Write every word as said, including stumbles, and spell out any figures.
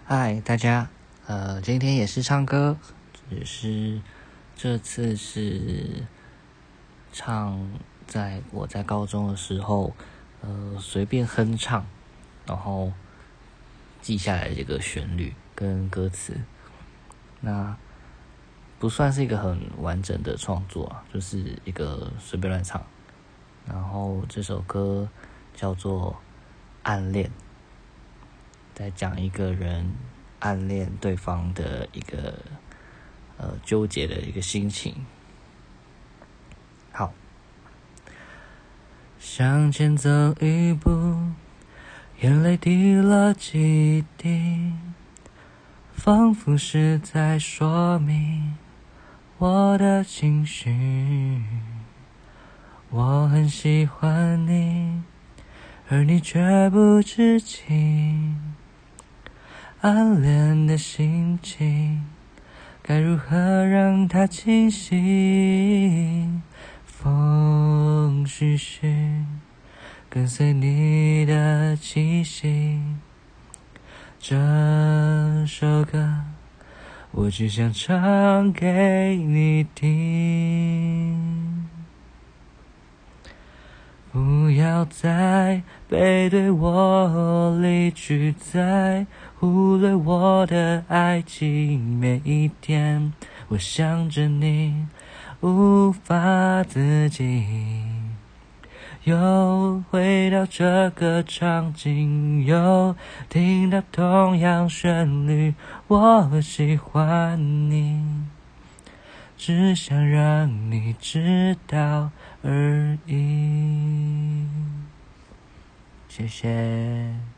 嗨，大家，呃，今天也是唱歌，只是这次是唱在我在高中的时候，呃，随便哼唱，然后记下来这个旋律跟歌词，那不算是一个很完整的创作啊，就是一个随便乱唱。然后这首歌叫做《暗恋》。在讲一个人暗恋对方的一个呃纠结的一个心情。好，向前走一步，眼泪滴了几滴，仿佛是在说明我的情绪。我很喜欢你，而你却不知情。暗恋的心情，该如何让它清晰？风徐徐，跟随你的气息。这首歌，我只想唱给你听。不要再背对我离去，再忽略我的爱情。每一天我想着你，无法自己。又回到这个场景，又听到同样旋律。我喜欢你，只想让你知道而已。谢谢。